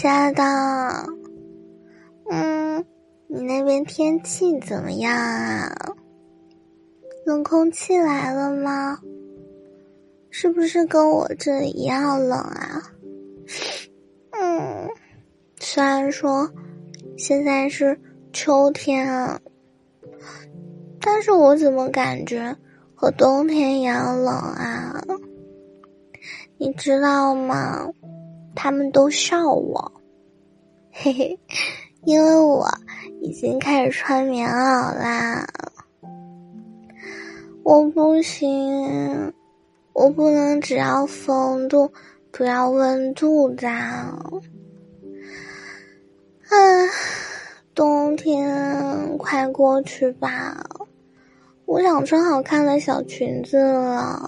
亲爱的，你那边天气怎么样啊？冷空气来了吗？是不是跟我这里一样冷啊？虽然说现在是秋天啊，但是我怎么感觉和冬天一样冷啊？你知道吗？他们都笑我，嘿嘿，因为我已经开始穿棉袄啦。我不行，我不能只要风度，不要温度的。冬天快过去吧，我想穿好看的小裙子了。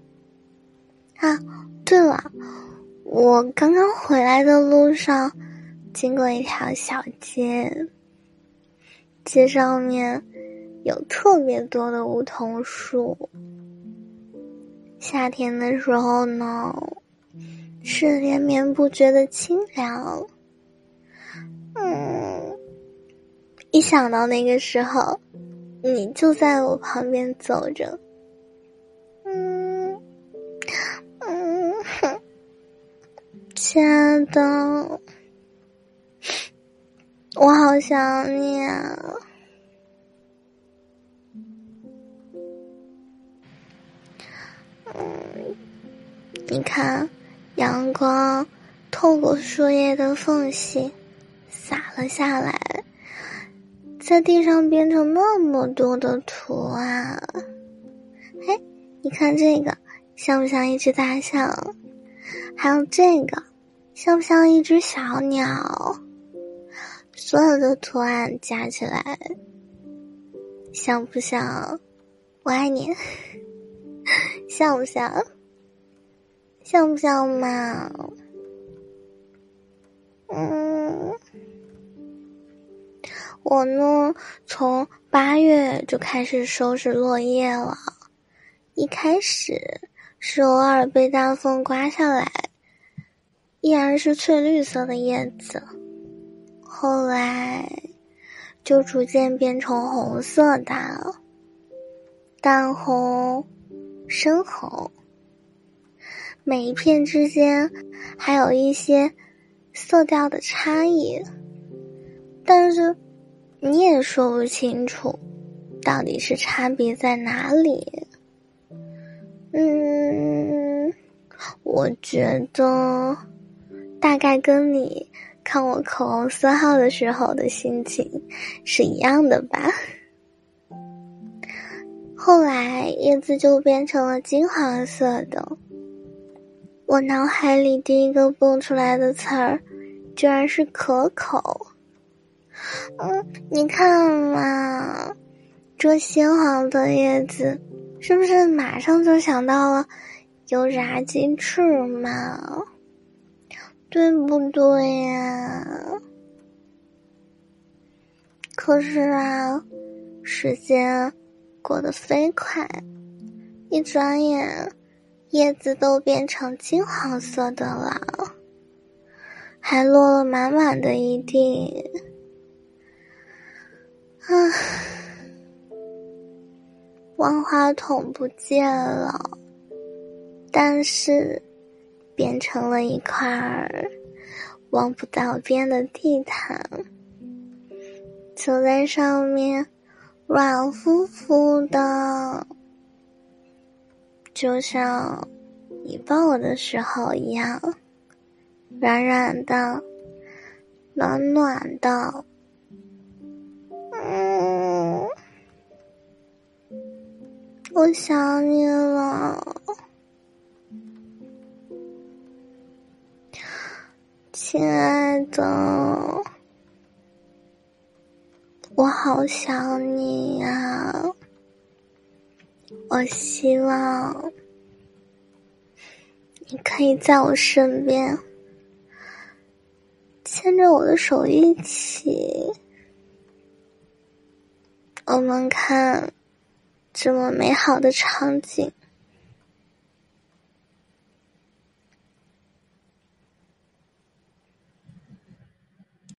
对了，我刚刚回来的路上经过一条小街，街上面有特别多的梧桐树。夏天的时候呢，是连绵不绝的清凉。一想到那个时候，你就在我旁边走着，亲爱的，我好想你啊。你看，阳光透过树叶的缝隙洒了下来，在地上变成那么多的图案。你看这个像不像一只大象？还有这个像不像一只小鸟？所有的图案加起来，像不像我爱你？像不像？像不像嘛？我呢，从8月就开始收拾落叶了。一开始是偶尔被大风刮下来，依然是翠绿色的叶子，后来就逐渐变成红色的，淡红、深红，每一片之间还有一些色调的差异，但是你也说不清楚到底是差别在哪里。我觉得大概跟你看我口红色号的时候的心情是一样的吧。后来叶子就变成了金黄色的，我脑海里第一个蹦出来的词儿居然是可口。你看嘛，这鲜黄的叶子是不是马上就想到了油炸鸡翅嘛？对不对呀？可是啊，时间过得飞快，一转眼叶子都变成金黄色的了，还落了满满的一地。万花筒不见了，但是变成了一块望不到边的地毯，走在上面软乎乎的，就像你抱我的时候一样，软软的，暖暖的。我想你了，亲爱的，我好想你呀！我希望你可以在我身边，牵着我的手一起，我们看这么美好的场景。